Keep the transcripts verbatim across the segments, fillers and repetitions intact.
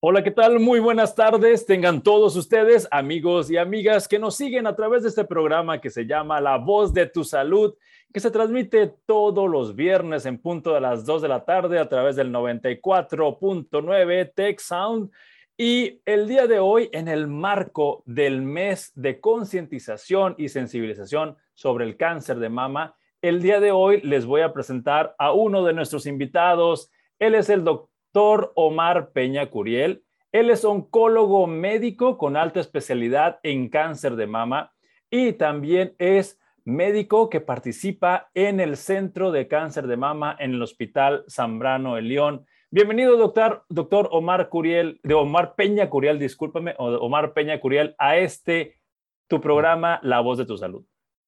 Hola, ¿qué tal? Muy buenas tardes. Tengan todos ustedes, amigos y amigas, que nos siguen a través de este programa que se llama La Voz de tu Salud, que se transmite todos los viernes en punto de las dos de la tarde a través del noventa y cuatro punto nueve Tech Sound. Y el día de hoy, en el marco del mes de concientización y sensibilización sobre el cáncer de mama, el día de hoy les voy a presentar a uno de nuestros invitados. Él es el doctor Doctor Omar Peña Curiel. Él es oncólogo médico con alta especialidad en cáncer de mama y también es médico que participa en el Centro de Cáncer de Mama en el Hospital Zambrano de León. Bienvenido, doctor, doctor Omar Curiel, de Omar Peña Curiel, discúlpame, Omar Peña Curiel, a este tu programa La Voz de tu Salud.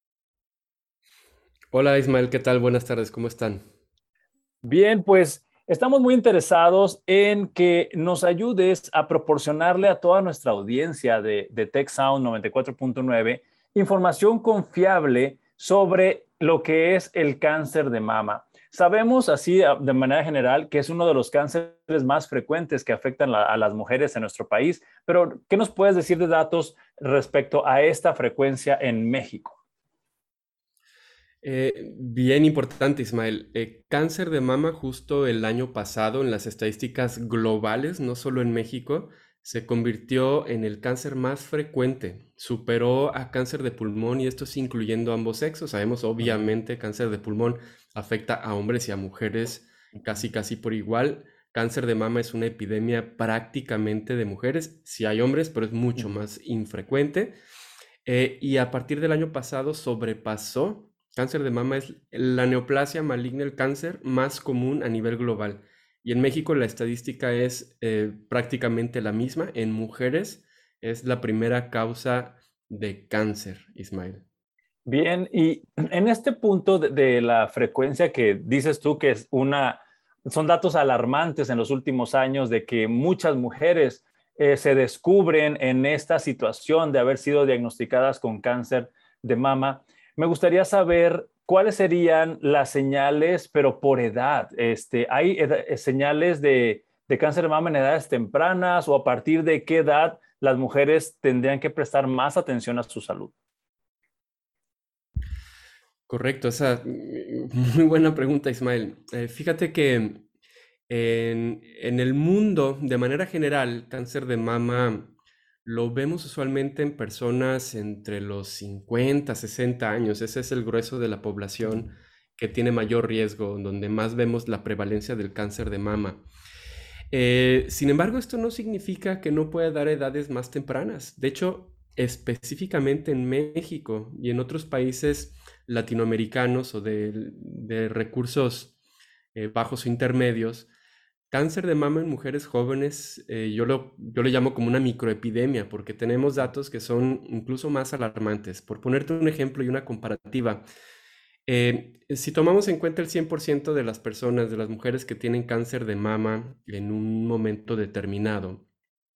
Hola Ismael, ¿qué tal? Buenas tardes, ¿cómo están? Bien, pues estamos muy interesados en que nos ayudes a proporcionarle a toda nuestra audiencia de, de Tech Sound noventa y cuatro punto nueve información confiable sobre lo que es el cáncer de mama. Sabemos así de manera general que es uno de los cánceres más frecuentes que afectan la, a las mujeres en nuestro país, pero ¿qué nos puedes decir de datos respecto a esta frecuencia en México? Eh, bien importante, Ismael. Eh, cáncer de mama justo el año pasado en las estadísticas globales, no solo en México, se convirtió en el cáncer más frecuente. Superó a cáncer de pulmón y esto es incluyendo ambos sexos. Sabemos, Uh -huh. obviamente, cáncer de pulmón afecta a hombres y a mujeres casi, casi por igual. Cáncer de mama es una epidemia prácticamente de mujeres. Sí hay hombres, pero es Uh mucho -huh. más infrecuente. Eh, y a partir del año pasado sobrepasó. Cáncer de mama es la neoplasia maligna, el cáncer más común a nivel global. Y en México la estadística es eh, prácticamente la misma. En mujeres es la primera causa de cáncer, Ismael. Bien, y en este punto de, de la frecuencia que dices tú que es una, son datos alarmantes en los últimos años de que muchas mujeres eh, se descubren en esta situación de haber sido diagnosticadas con cáncer de mama. Me gustaría saber cuáles serían las señales, pero por edad. Este, ¿hay ed- señales de, de cáncer de mama en edades tempranas o a partir de qué edad las mujeres tendrían que prestar más atención a su salud? Correcto, esa mm, muy buena pregunta, Ismael. Eh, fíjate que en, en el mundo, de manera general, cáncer de mama lo vemos usualmente en personas entre los cincuenta, sesenta años. Ese es el grueso de la población que tiene mayor riesgo, donde más vemos la prevalencia del cáncer de mama. Eh, sin embargo, esto no significa que no pueda dar edades más tempranas. De hecho, específicamente en México y en otros países latinoamericanos o de, de recursos eh, bajos o intermedios, cáncer de mama en mujeres jóvenes, eh, yo lo, yo lo llamo como una microepidemia, porque tenemos datos que son incluso más alarmantes. Por ponerte un ejemplo y una comparativa, eh, si tomamos en cuenta el cien por ciento de las personas, de las mujeres que tienen cáncer de mama en un momento determinado,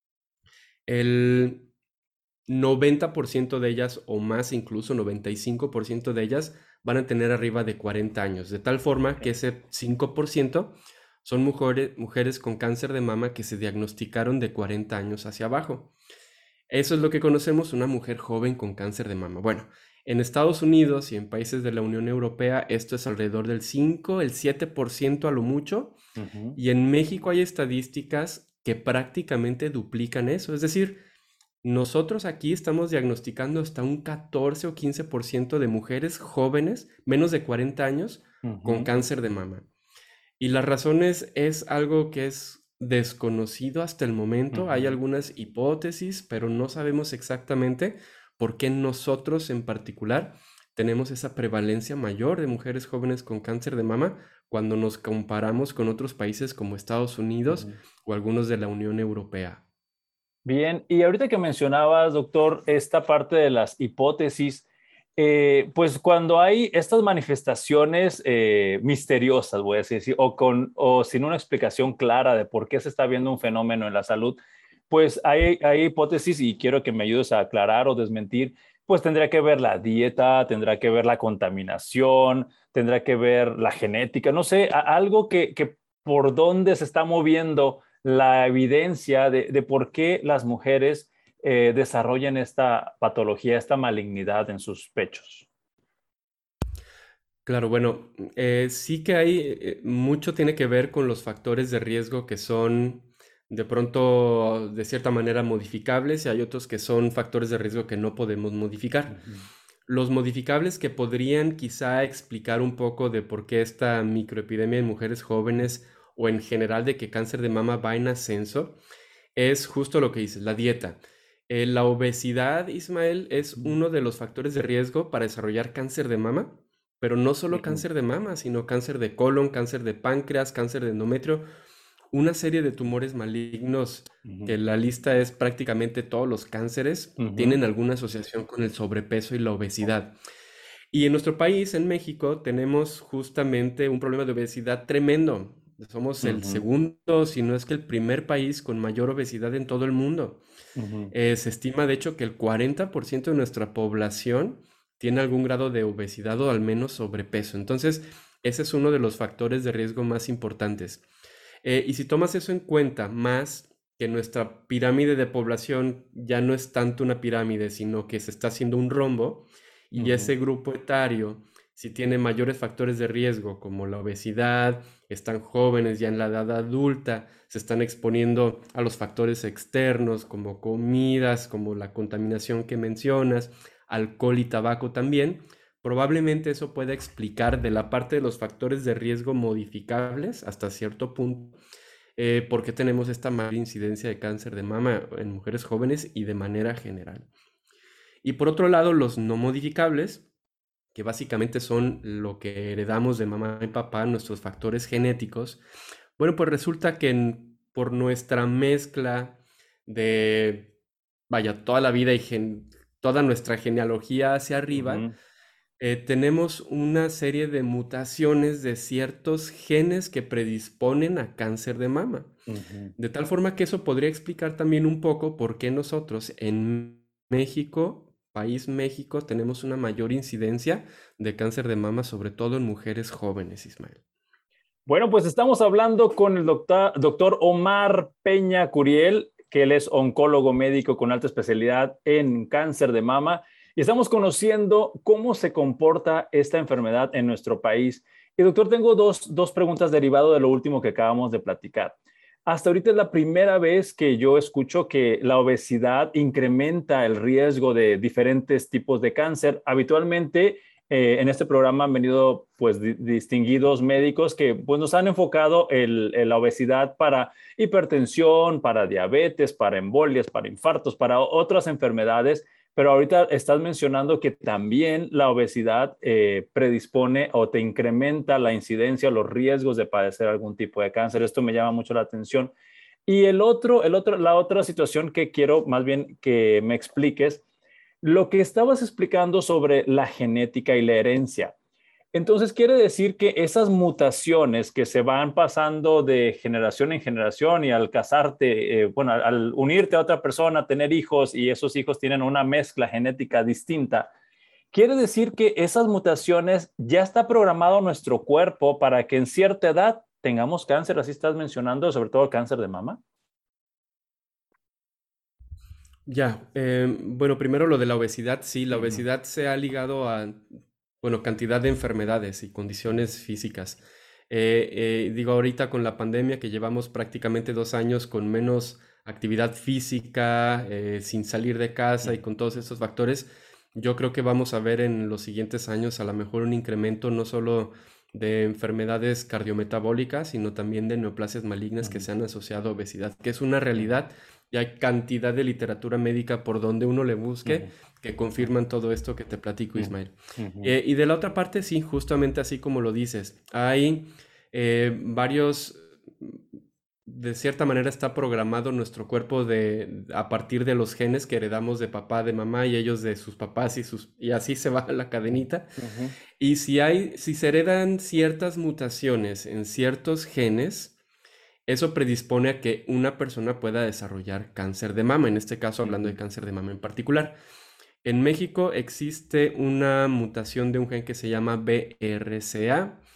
el noventa por ciento de ellas o más, incluso noventa y cinco por ciento de ellas van a tener arriba de cuarenta años, de tal forma que ese cinco por ciento son mujeres, mujeres con cáncer de mama que se diagnosticaron de cuarenta años hacia abajo. Eso es lo que conocemos una mujer joven con cáncer de mama. Bueno, en Estados Unidos y en países de la Unión Europea esto es alrededor del cinco, el siete por ciento a lo mucho, Uh -huh. y en México hay estadísticas que prácticamente duplican eso. Es decir, nosotros aquí estamos diagnosticando hasta un catorce o quince por ciento de mujeres jóvenes, menos de cuarenta años, Uh con -huh. cáncer de mama. Y las razones es algo que es desconocido hasta el Uh momento. Hay -huh. algunas hipótesis, pero no sabemos exactamente por qué nosotros en particular tenemos esa prevalencia mayor de mujeres jóvenes con cáncer de mama cuando nos comparamos con otros países como Estados Uh Unidos -huh. o algunos de la Unión Europea. Bien, y ahorita que mencionabas, doctor, esta parte de las hipótesis, eh, pues cuando hay estas manifestaciones eh, misteriosas, voy a decir, o, con, o sin una explicación clara de por qué se está viendo un fenómeno en la salud, pues hay, hay hipótesis y quiero que me ayudes a aclarar o desmentir, pues tendría que ver la dieta, tendrá que ver la contaminación, tendrá que ver la genética, no sé, a- algo que, que por dónde se está moviendo la evidencia de, de por qué las mujeres eh, desarrollan esta patología, esta malignidad en sus pechos. Claro, bueno, eh, sí que hay, eh, mucho tiene que ver con los factores de riesgo que son de pronto de cierta manera modificables y hay otros que son factores de riesgo que no podemos modificar. Ujú, Los modificables que podrían quizá explicar un poco de por qué esta microepidemia en mujeres jóvenes o en general de que cáncer de mama va en ascenso es justo lo que dices, la dieta. Eh, la obesidad, Ismael, es ujú. uno de los factores de riesgo para desarrollar cáncer de mama, pero no solo Ujú, cáncer de mama, sino cáncer de colon, cáncer de páncreas, cáncer de endometrio, una serie de tumores malignos ujú, que la lista es prácticamente todos los cánceres, ujú. tienen alguna asociación con el sobrepeso y la obesidad. Y en nuestro país, en México, tenemos justamente un problema de obesidad tremendo. Somos el Ujú, segundo, si no es que el primer país con mayor obesidad en todo el mundo. ujú. Eh, se estima, de hecho, que el cuarenta por ciento de nuestra población tiene algún grado de obesidad o al menos sobrepeso. Entonces, ese es uno de los factores de riesgo más importantes. Eh, y si tomas eso en cuenta, más que nuestra pirámide de población ya no es tanto una pirámide, sino que se está haciendo un rombo, y Ujú, ese grupo etario, si tiene mayores factores de riesgo como la obesidad, están jóvenes ya en la edad adulta, se están exponiendo a los factores externos como comidas, como la contaminación que mencionas, alcohol y tabaco también. Probablemente eso pueda explicar de la parte de los factores de riesgo modificables hasta cierto punto eh, por qué tenemos esta mayor incidencia de cáncer de mama en mujeres jóvenes y de manera general. Y por otro lado, los no modificables, que básicamente son lo que heredamos de mamá y papá, nuestros factores genéticos. Bueno, pues resulta que en- por nuestra mezcla de, vaya, toda la vida y gen- toda nuestra genealogía hacia arriba, ujú, eh, tenemos una serie de mutaciones de ciertos genes que predisponen a cáncer de mama. ujú. De tal forma que eso podría explicar también un poco por qué nosotros en México, país México, tenemos una mayor incidencia de cáncer de mama, sobre todo en mujeres jóvenes, Ismael. Bueno, pues estamos hablando con el doctor, doctor Omar Peña Curiel, que él es oncólogo médico con alta especialidad en cáncer de mama, y estamos conociendo cómo se comporta esta enfermedad en nuestro país. Y doctor, tengo dos, dos preguntas derivado de lo último que acabamos de platicar. Hasta ahorita es la primera vez que yo escucho que la obesidad incrementa el riesgo de diferentes tipos de cáncer. Habitualmente eh, en este programa han venido pues di distinguidos médicos que pues nos han enfocado el, el, la obesidad para hipertensión, para diabetes, para embolias, para infartos, para otras enfermedades, pero ahorita estás mencionando que también la obesidad eh, predispone o te incrementa la incidencia, los riesgos de padecer algún tipo de cáncer. Esto me llama mucho la atención. Y el otro, el otro, la otra situación que quiero más bien que me expliques lo que estabas explicando sobre la genética y la herencia. Entonces, quiere decir que esas mutaciones que se van pasando de generación en generación y al casarte, eh, bueno, al unirte a otra persona, tener hijos y esos hijos tienen una mezcla genética distinta, quiere decir que esas mutaciones ya está programado nuestro cuerpo para que en cierta edad tengamos cáncer, así estás mencionando, sobre todo cáncer de mama. Ya, eh, bueno, primero lo de la obesidad, sí, la Uh -huh, obesidad se ha ligado a, bueno, cantidad de enfermedades y condiciones físicas. Eh, eh, digo, ahorita con la pandemia que llevamos prácticamente dos años con menos actividad física, eh, sin salir de uh casa y -huh, con todos estos factores, yo creo que vamos a ver en los siguientes años a lo mejor un incremento no solo de enfermedades cardiometabólicas, sino también de neoplasias malignas uh que -huh, se han asociado a obesidad, que es una uh -huh, realidad y hay cantidad de literatura médica por donde uno le uh busque -huh, que confirman todo esto que te platico, uh Ismael. -huh, Eh, y de la otra parte, sí, justamente así como lo dices, hay eh, varios, de cierta manera está programado nuestro cuerpo de, a partir de los genes que heredamos de papá, de mamá y ellos de sus papás y, sus, y así se va la cadenita. uh -huh. Y si hay, si se heredan ciertas mutaciones en ciertos genes, eso predispone a que una persona pueda desarrollar cáncer de mama, en este caso hablando de Ujú, cáncer de mama en particular. En México existe una mutación de un gen que se llama B R C A,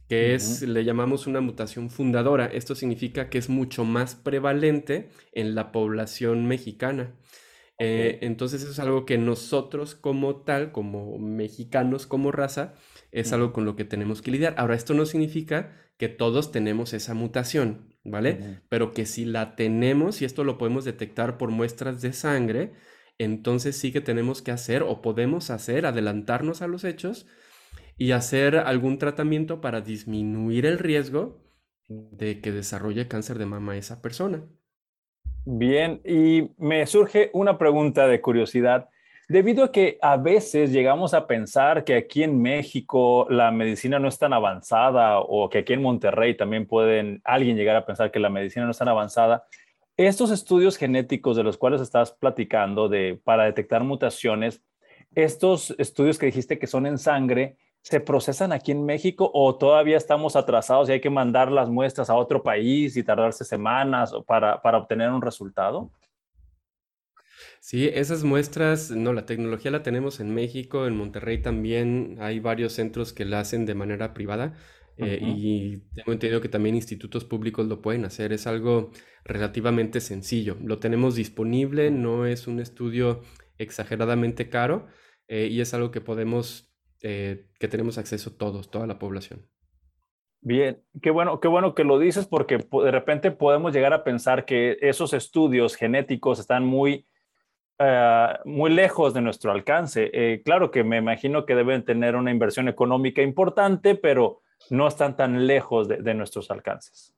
que es, Ujú. le llamamos una mutación fundadora. Esto significa que es mucho más prevalente en la población mexicana. Ok. Eh, entonces eso es algo que nosotros como tal, como mexicanos, como raza, es algo Ujú, con lo que tenemos que lidiar. Ahora, esto no significa que todos tenemos esa mutación, ¿vale? ujú. Pero que si la tenemos y esto lo podemos detectar por muestras de sangre, entonces sí que tenemos que hacer o podemos hacer, adelantarnos a los hechos y hacer algún tratamiento para disminuir el riesgo de que desarrolle cáncer de mama esa persona. Bien, y me surge una pregunta de curiosidad. Debido a que a veces llegamos a pensar que aquí en México la medicina no es tan avanzada o que aquí en Monterrey también pueden alguien llegar a pensar que la medicina no es tan avanzada, estos estudios genéticos de los cuales estás platicando de, para detectar mutaciones, estos estudios que dijiste que son en sangre, ¿se procesan aquí en México o todavía estamos atrasados y hay que mandar las muestras a otro país y tardarse semanas para, para obtener un resultado? Sí, esas muestras, no, la tecnología la tenemos en México, en Monterrey también hay varios centros que la hacen de manera privada, eh, Ujú, y tengo entendido que también institutos públicos lo pueden hacer. Es algo relativamente sencillo. Lo tenemos disponible, ujú. no es un estudio exageradamente caro, eh, y es algo que podemos, eh, que tenemos acceso todos, toda la población. Bien, qué bueno, qué bueno que lo dices porque po- de repente podemos llegar a pensar que esos estudios genéticos están muy, eh, muy lejos de nuestro alcance. Eh, claro que me imagino que deben tener una inversión económica importante, pero no están tan lejos de, de nuestros alcances.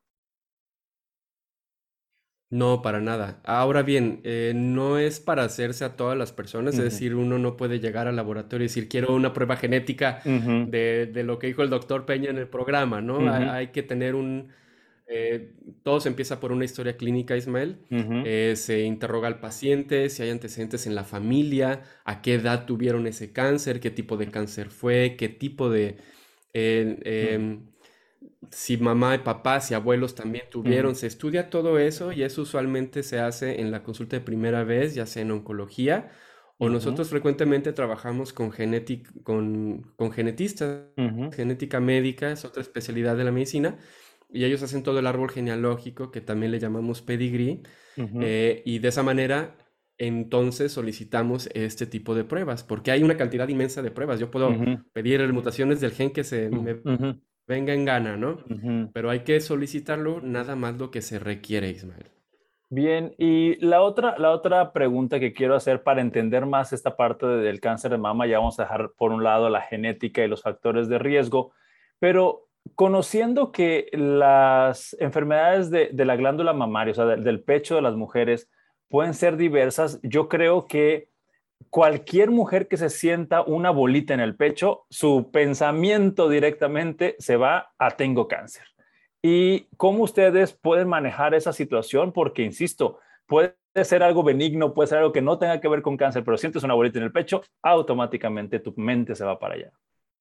No, para nada. Ahora bien, eh, no es para hacerse a todas las personas, es Ujú, decir, uno no puede llegar al laboratorio y decir, quiero una prueba genética ujú, de, de lo que dijo el doctor Peña en el programa, ¿no? Hay, ujú, hay que tener un... eh, todo se empieza por una historia clínica, Ismael. ujú, Eh, se interroga al paciente, si hay antecedentes en la familia, a qué edad tuvieron ese cáncer, qué tipo de cáncer fue, qué tipo de... eh, ujú, em, si mamá y papá, si abuelos también ujú, tuvieron, se estudia todo eso y eso usualmente se hace en la consulta de primera vez, ya sea en oncología o ujú, nosotros frecuentemente trabajamos con, genetic- con, con genetistas, ujú, genética médica, es otra especialidad de la medicina y ellos hacen todo el árbol genealógico que también le llamamos pedigrí, ujú, eh, y de esa manera entonces solicitamos este tipo de pruebas porque hay una cantidad inmensa de pruebas. Yo puedo ujú, pedir mutaciones del gen que se ujú, me ujú, venga en gana, ¿no? ujú. Pero hay que solicitarlo nada más lo que se requiere, Ismael. Bien, y la otra, la otra pregunta que quiero hacer para entender más esta parte de- del cáncer de mama, ya vamos a dejar por un lado la genética y los factores de riesgo, pero conociendo que las enfermedades de, de la glándula mamaria, o sea, del, del pecho de las mujeres, pueden ser diversas, yo creo que cualquier mujer que se sienta una bolita en el pecho, su pensamiento directamente se va a tengo cáncer. ¿Y cómo ustedes pueden manejar esa situación? Porque, insisto, puede ser algo benigno, puede ser algo que no tenga que ver con cáncer, pero sientes una bolita en el pecho, automáticamente tu mente se va para allá.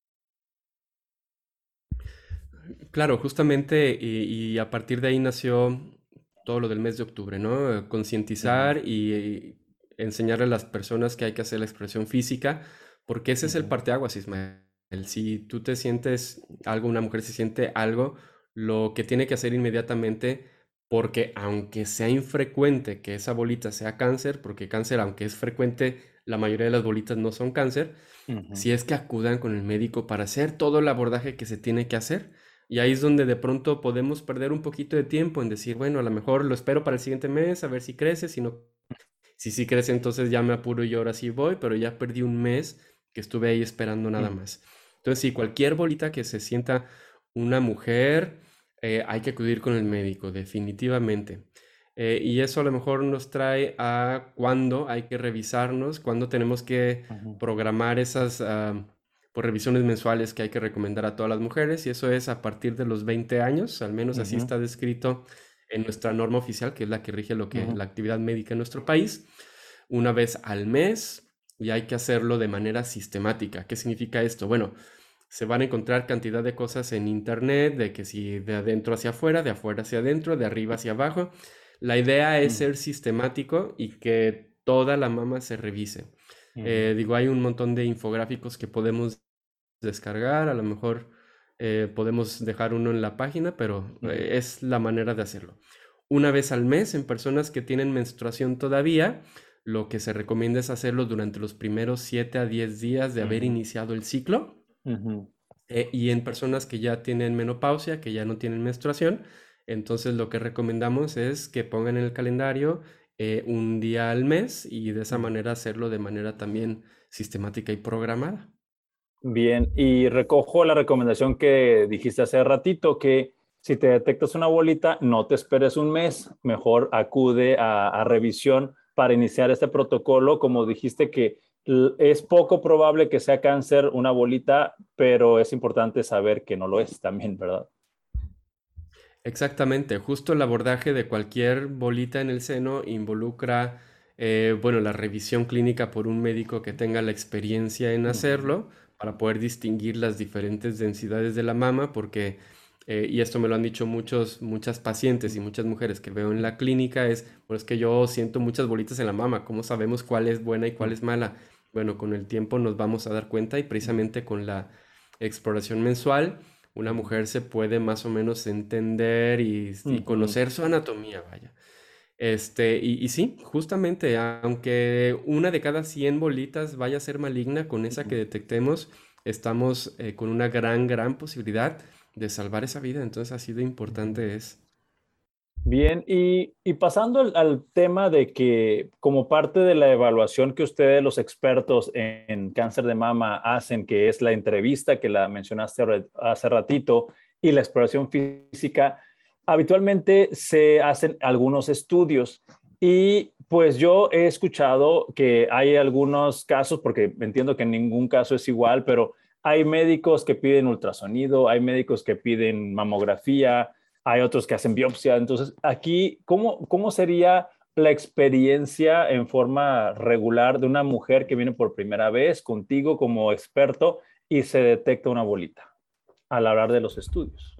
Claro, justamente, y, y a partir de ahí nació todo lo del mes de octubre, ¿no? Eh, Ujú, Concientizar y, y enseñarle a las personas que hay que hacer la expresión física, porque ese es el ujú, parteaguas, Ismael. Si tú te sientes algo, una mujer se siente algo, lo que tiene que hacer inmediatamente, porque aunque sea infrecuente que esa bolita sea cáncer, porque cáncer, aunque es frecuente, la mayoría de las bolitas no son cáncer, ujú, si es que acudan con el médico para hacer todo el abordaje que se tiene que hacer. Y ahí es donde de pronto podemos perder un poquito de tiempo en decir, bueno, a lo mejor lo espero para el siguiente mes, a ver si crece, si no, si sí crece, entonces ya me apuro y ahora sí voy, pero ya perdí un mes que estuve ahí esperando nada ujú, más. Entonces, si cualquier bolita que se sienta una mujer, eh, hay que acudir con el médico, definitivamente. Eh, y eso a lo mejor nos trae a cuándo hay que revisarnos, cuándo tenemos que ujú, programar esas, ah, por revisiones mensuales que hay que recomendar a todas las mujeres, y eso es a partir de los veinte años, al menos así ujú, está descrito en nuestra norma oficial, que es la que rige lo que ujú, la actividad médica en nuestro país, una vez al mes, y hay que hacerlo de manera sistemática. ¿Qué significa esto? Bueno, se van a encontrar cantidad de cosas en internet, de que si de adentro hacia afuera, de afuera hacia adentro, de arriba hacia abajo. La idea es ujú, ser sistemático y que toda la mama se revise. ujú, Eh, digo, hay un montón de infográficos que podemos descargar, a lo mejor Eh, podemos dejar uno en la página, pero Ujú, eh, es la manera de hacerlo. Una vez al mes en personas que tienen menstruación todavía, lo que se recomienda es hacerlo durante los primeros siete a diez días de haber ujú, iniciado el ciclo. ujú. Eh, y en personas que ya tienen menopausia, que ya no tienen menstruación, entonces lo que recomendamos es que pongan en el calendario eh, un día al mes y de esa Ujú. manera hacerlo de manera también sistemática y programada. Bien, y recojo la recomendación que dijiste hace ratito, que si te detectas una bolita, no te esperes un mes, mejor acude a, a revisión para iniciar este protocolo. Como dijiste que l- es poco probable que sea cáncer una bolita, pero es importante saber que no lo es también, ¿verdad? Exactamente, justo el abordaje de cualquier bolita en el seno involucra, eh, bueno, la revisión clínica por un médico que tenga la experiencia en Ujú, hacerlo para poder distinguir las diferentes densidades de la mama, porque, eh, y esto me lo han dicho muchos, muchas pacientes y muchas mujeres que veo en la clínica, es, pues que yo siento muchas bolitas en la mama, ¿cómo sabemos cuál es buena y cuál ujú, es mala? Bueno, con el tiempo nos vamos a dar cuenta y ujú, precisamente con la exploración mensual una ujú, mujer se puede más o menos entender y, y ujú, conocer su anatomía, vaya. Este, y, y sí, justamente, aunque una de cada cien bolitas vaya a ser maligna, con esa que ujú. detectemos, estamos eh, con una gran, gran posibilidad de salvar esa vida. Entonces, así de Ujú. importante es. Bien, y, y pasando al, al tema de que como parte de la evaluación que ustedes, los expertos en, en cáncer de mama, hacen, que es la entrevista que la mencionaste ahora- hace ratito, y la exploración física, habitualmente se hacen algunos estudios. Y pues yo he escuchado que hay algunos casos, porque entiendo que ningún caso es igual, pero hay médicos que piden ultrasonido, hay médicos que piden mamografía, hay otros que hacen biopsia. Entonces, aquí, ¿cómo, cómo sería la experiencia en forma regular de una mujer que viene por primera vez contigo como experto y se detecta una bolita al hablar de los estudios?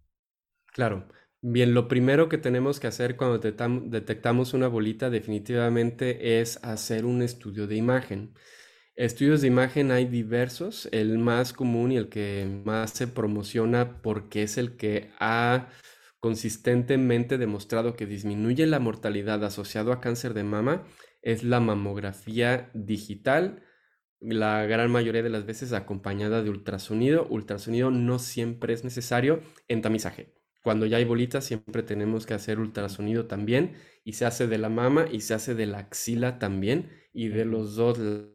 Claro. Bien, lo primero que tenemos que hacer cuando detectam- detectamos una bolita definitivamente es hacer un estudio de imagen. Estudios de imagen hay diversos, el más común y el que más se promociona porque es el que ha consistentemente demostrado que disminuye la mortalidad asociado a cáncer de mama es la mamografía digital, la gran mayoría de las veces acompañada de ultrasonido. Ultrasonido no siempre es necesario en tamizaje. Cuando ya hay bolitas siempre tenemos que hacer ultrasonido también y se hace de la mama y se hace de la axila también y de Ujú, los dos.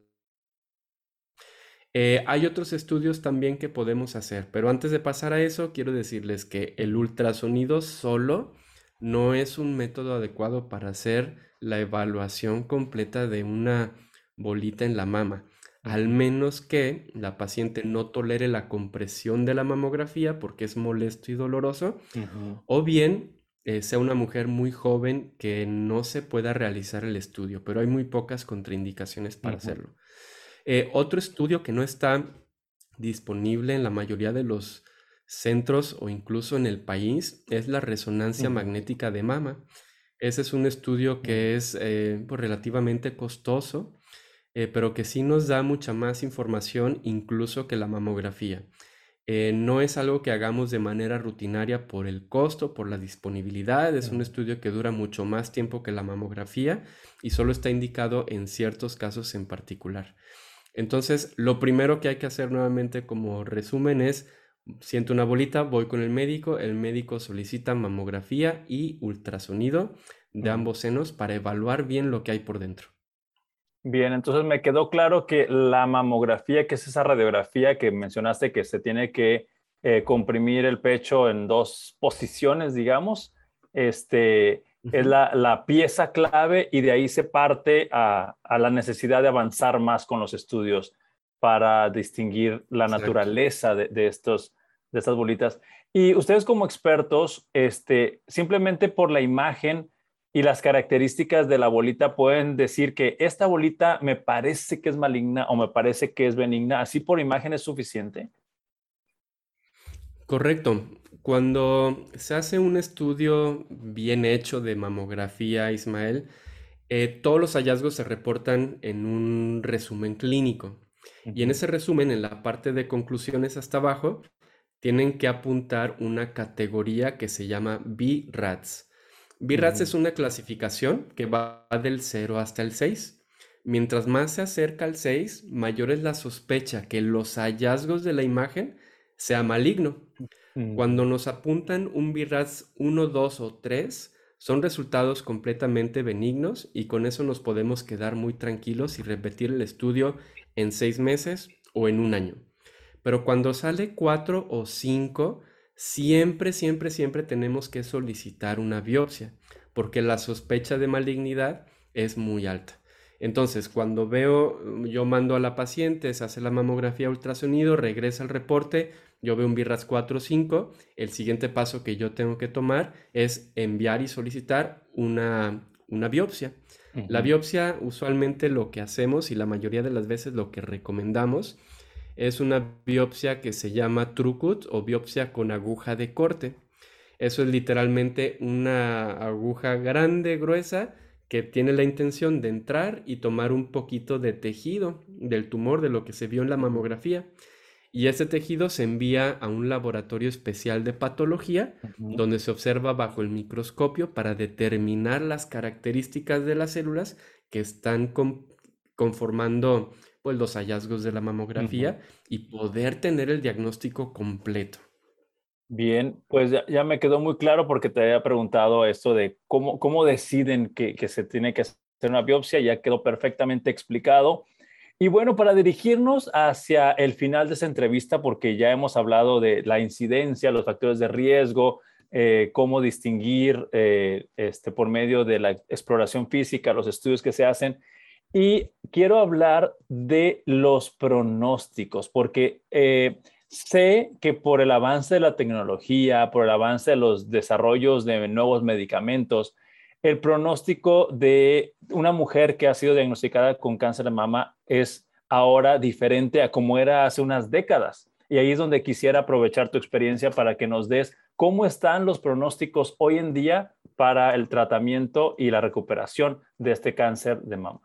Eh, hay otros estudios también que podemos hacer, pero antes de pasar a eso, quiero decirles que el ujú, ultrasonido solo no es un método adecuado para hacer la evaluación completa de una bolita en la mama, al ujú, menos que la paciente no tolere la compresión de la mamografía porque es molesto y doloroso, ujú, o bien eh, sea una mujer muy joven que no se pueda realizar el estudio, pero hay muy pocas contraindicaciones para ujú, hacerlo. Eh, otro estudio que no está disponible en la mayoría de los centros o incluso en el país es la resonancia ujú, magnética de mama. Ese es un estudio ujú, que es eh, pues, relativamente costoso, eh, pero que sí nos da mucha más información incluso que la mamografía. Eh, no es algo que hagamos de manera rutinaria por el costo, por la disponibilidad. Es un ujú. estudio que dura mucho más tiempo que la mamografía y solo está indicado en ciertos casos en particular. Entonces, lo primero que hay que hacer nuevamente como resumen es, siento una bolita, voy con el médico, el médico solicita mamografía y ultrasonido de Ujú. ambos senos para evaluar bien lo que hay por dentro. Bien, entonces me quedó claro que la mamografía, que es esa radiografía que mencionaste que se tiene que eh, comprimir el pecho en dos posiciones, digamos, este, es Ujú. la, la pieza clave y de ahí se parte a, a la necesidad de avanzar más con los estudios para distinguir la Exacto. naturaleza de, de estos, de estas bolitas. Y ustedes como expertos, este, simplemente por la imagen y las características de la bolita pueden decir que esta bolita me parece que es maligna o me parece que es benigna. Así por imagen es suficiente. Correcto. Cuando se hace un estudio bien hecho de mamografía, Ismael, eh, todos los hallazgos se reportan en un resumen clínico. Y en Ujú, ese resumen, en la parte de conclusiones hasta abajo, tienen que apuntar una categoría que se llama B RADS. B RADS Ujú. es una clasificación que va del cero hasta el seis. Mientras más se acerca al seis, mayor es la sospecha que los hallazgos de la imagen sea maligno. Cuando Ujú. nos apuntan un B RADS uno, dos o tres, son resultados completamente benignos y con eso nos podemos quedar muy tranquilos y repetir el estudio en seis meses o en un año. Pero cuando sale cuatro o cinco, siempre, siempre, siempre tenemos que solicitar una biopsia, porque la sospecha de malignidad es muy alta. Entonces, cuando veo, yo mando a la paciente, se hace la mamografía ultrasonido, regresa el reporte, yo veo un B RADS cuatro o cinco, el siguiente paso que yo tengo que tomar es enviar y solicitar una, una biopsia. La Ujú. biopsia, usualmente lo que hacemos y la mayoría de las veces lo que recomendamos es una biopsia que se llama TrueCut o biopsia con aguja de corte. Eso es literalmente una aguja grande, gruesa, que tiene la intención de entrar y tomar un poquito de tejido del tumor, de lo que se vio en la Ujú. mamografía. Y ese tejido se envía a un laboratorio especial de patología, Ujú. donde se observa bajo el microscopio para determinar las características de las células que están con- conformando, pues, los hallazgos de la Ujú. mamografía y poder tener el diagnóstico completo. Bien, pues ya, ya me quedó muy claro porque te había preguntado esto de cómo, cómo deciden que, que se tiene que hacer una biopsia, ya quedó perfectamente explicado. Y bueno, para dirigirnos hacia el final de esta entrevista, porque ya hemos hablado de la incidencia, los factores de riesgo, eh, cómo distinguir eh, este, por medio de la exploración física, los estudios que se hacen. Y quiero hablar de los pronósticos, porque eh, sé que por el avance de la tecnología, por el avance de los desarrollos de nuevos medicamentos, el pronóstico de una mujer que ha sido diagnosticada con cáncer de mama es ahora diferente a como era hace unas décadas. Y ahí es donde quisiera aprovechar tu experiencia para que nos des cómo están los pronósticos hoy en día para el tratamiento y la recuperación de este cáncer de mama.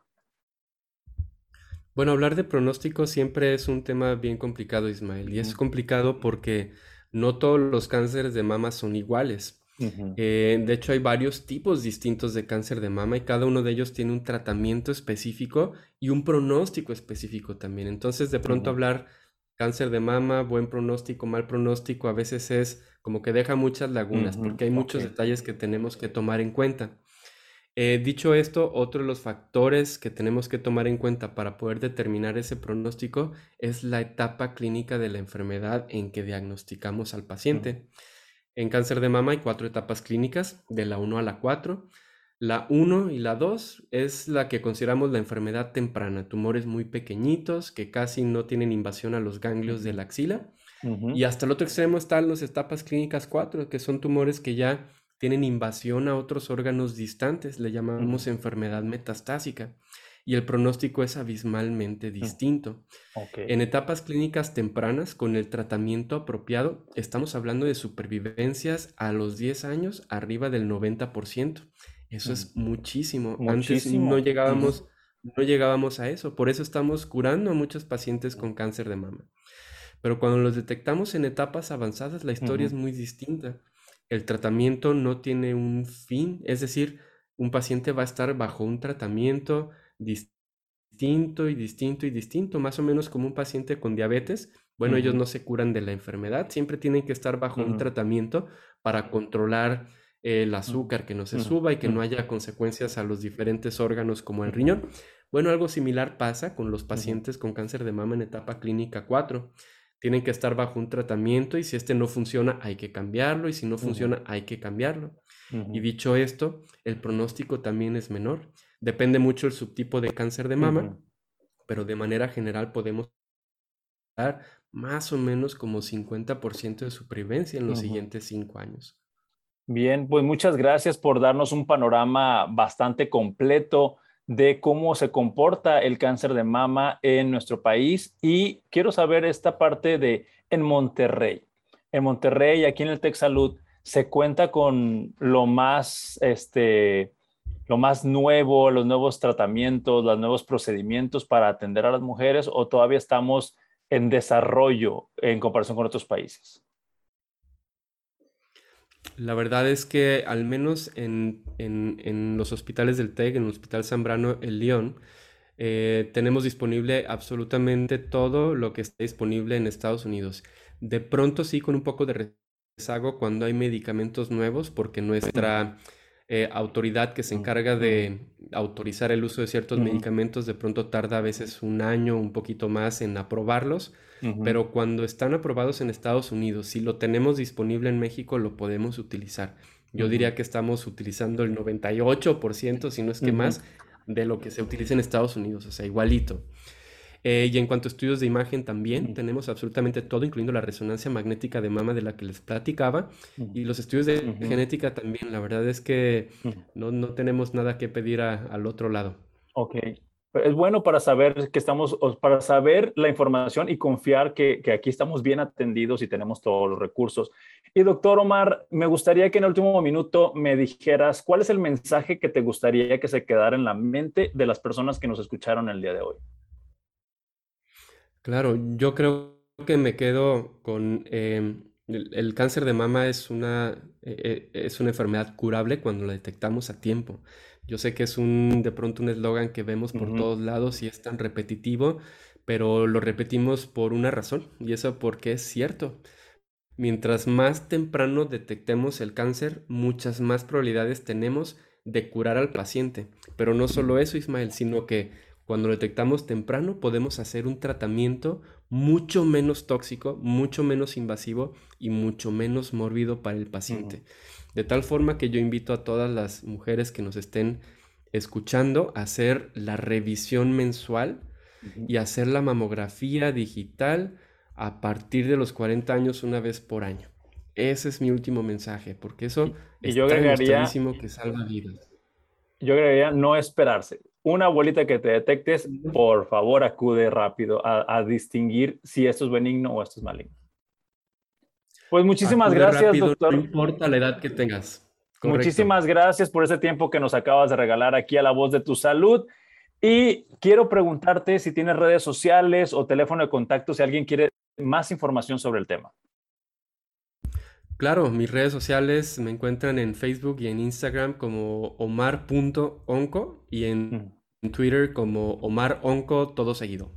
Bueno, hablar de pronóstico siempre es un tema bien complicado, Ismael, y es Ujú. complicado porque no todos los cánceres de mama son iguales. Ujú. Eh, de hecho, hay varios tipos distintos de cáncer de mama y cada uno de ellos tiene un tratamiento específico y un pronóstico específico también. Entonces, de pronto Ujú. hablar cáncer de mama, buen pronóstico, mal pronóstico, a veces es como que deja muchas lagunas Ujú. porque hay Ok. muchos detalles que tenemos que tomar en cuenta. Eh, dicho esto, otro de los factores que tenemos que tomar en cuenta para poder determinar ese pronóstico es la etapa clínica de la enfermedad en que diagnosticamos al Ujú. paciente. En cáncer de mama hay cuatro etapas clínicas, de la uno a la cuatro. La uno y la dos es la que consideramos la enfermedad temprana, tumores muy pequeñitos que casi no tienen invasión a los ganglios de Ujú. la axila. Ujú. Y hasta el otro extremo están las etapas clínicas cuatro, que son tumores que ya tienen invasión a otros órganos distantes, le llamamos Ujú. enfermedad metastásica, y el pronóstico es abismalmente Ujú. distinto. Ok. En etapas clínicas tempranas, con el tratamiento apropiado, estamos hablando de supervivencias a los diez años arriba del noventa por ciento. Eso Ujú. es muchísimo. Antes no Muchísimo. Ujú. llegábamos, no llegábamos a eso. Por eso estamos curando a muchos pacientes con cáncer de mama. Pero cuando los detectamos en etapas avanzadas, la historia es Ujú. muy distinta. El tratamiento no tiene un fin, es decir, un paciente va a estar bajo un tratamiento distinto y distinto y distinto, más o menos como un paciente con diabetes. Bueno, ellos Ujú. no se curan de la enfermedad, siempre tienen que estar bajo un Ujú. tratamiento para controlar el Ujú. azúcar, que no se Ujú. suba y que no Ujú. haya consecuencias a los diferentes órganos como el Ujú. riñón. Bueno, algo similar pasa con los Ujú. pacientes con cáncer de mama en etapa clínica cuatro. Tienen que estar bajo un tratamiento y si este no funciona hay que cambiarlo y si no Ujú. funciona hay que cambiarlo. Y Ujú. dicho esto, el pronóstico también es menor. Depende mucho el subtipo de cáncer de mama, Ujú. pero de manera general podemos dar más o menos como cincuenta por ciento de supervivencia en los Ujú. siguientes cinco años. Bien, pues muchas gracias por darnos un panorama bastante completo de cómo se comporta el cáncer de mama en nuestro país y quiero saber esta parte de en Monterrey. En Monterrey, aquí en el Tec Salud, se cuenta con lo más, este, lo más nuevo, los nuevos tratamientos, los nuevos procedimientos para atender a las mujeres o todavía estamos en desarrollo en comparación con otros países. La verdad es que al menos en, en- en los hospitales del TEC, en el Hospital Zambrano El León, eh, tenemos disponible absolutamente todo lo que está disponible en Estados Unidos. De pronto sí con un poco de rezago cuando hay medicamentos nuevos, porque Ujú, nuestra eh, autoridad que se ujú, encarga ujú, de autorizar el uso de ciertos ujú, medicamentos de pronto tarda a veces un año, un poquito más en aprobarlos, ujú, pero cuando están aprobados en Estados Unidos, si lo tenemos disponible en México, lo podemos utilizar. Yo ujú, diría que estamos utilizando el noventa y ocho por ciento, si no es que ujú, más, de lo que se utiliza en Estados Unidos, o sea, igualito. Eh, y en cuanto a estudios de imagen también, ujú, tenemos absolutamente todo, incluyendo la resonancia magnética de mama de la que les platicaba, y los estudios de ujú, genética también. La verdad es que ujú. no, no tenemos nada que pedir a- al otro lado. Ok. Es bueno para saber que estamos, o para saber la información y confiar que, que aquí estamos bien atendidos y tenemos todos los recursos. Y doctor Omar, me gustaría que en el último minuto me dijeras cuál es el mensaje que te gustaría que se quedara en la mente de las personas que nos escucharon el día de hoy. Claro, yo creo que me quedo con em, el, el cáncer de mama es una, eh, eh, es una enfermedad curable cuando la detectamos a tiempo. Yo sé que es un, de pronto un eslogan que vemos por Ujú, todos lados y es tan repetitivo, pero lo repetimos por una razón, y eso porque es cierto. Mientras más temprano detectemos el cáncer, muchas más probabilidades tenemos de curar al paciente. Pero no solo eso, Ismael, sino que cuando lo detectamos temprano podemos hacer un tratamiento mucho menos tóxico, mucho menos invasivo y mucho menos mórbido para el ujú, paciente. De tal forma que yo invito a todas las mujeres que nos estén escuchando a hacer la revisión mensual ujú. y hacer la mamografía digital a partir de los cuarenta años una vez por año. Ese es mi último mensaje, porque eso Y, y yo está agregaría, demostradísimo que salva vidas. yo agregaría no esperarse. Una abuelita que te detectes, por favor, acude rápido a, a distinguir si esto es benigno o esto es maligno. Pues muchísimas Acude gracias, rápido, no doctor. importa la edad que tengas. Correcto. Muchísimas gracias por ese tiempo que nos acabas de regalar aquí a La Voz de tu Salud. Y quiero preguntarte si tienes redes sociales o teléfono de contacto si alguien quiere más información sobre el tema. Claro, mis redes sociales me encuentran en Facebook y en Instagram como omar punto onco y en Ujú, Twitter como Omar Onco todo seguido.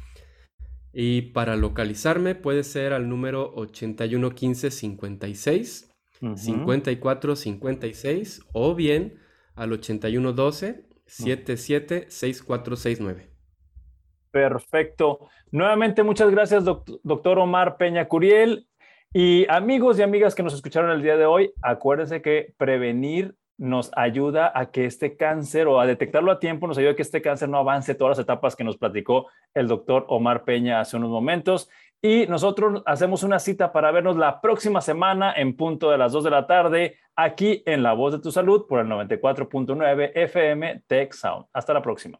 Y para localizarme puede ser al número ochenta y uno quince cincuenta y seis ujú, cincuenta y cuatro cincuenta y seis o bien al ochenta y uno doce ujú. setenta y siete sesenta y cuatro sesenta y nueve. Perfecto. Nuevamente, muchas gracias, doc- doctor Omar Peña Curiel. Y amigos y amigas que nos escucharon el día de hoy, acuérdense que prevenir nos ayuda a que este cáncer o a detectarlo a tiempo, nos ayuda a que este cáncer no avance todas las etapas que nos platicó el doctor Omar Peña hace unos momentos. Y nosotros hacemos una cita para vernos la próxima semana en punto de las dos de la tarde, aquí en La Voz de tu Salud por el noventa y cuatro punto nueve F M Tech Sound. Hasta la próxima.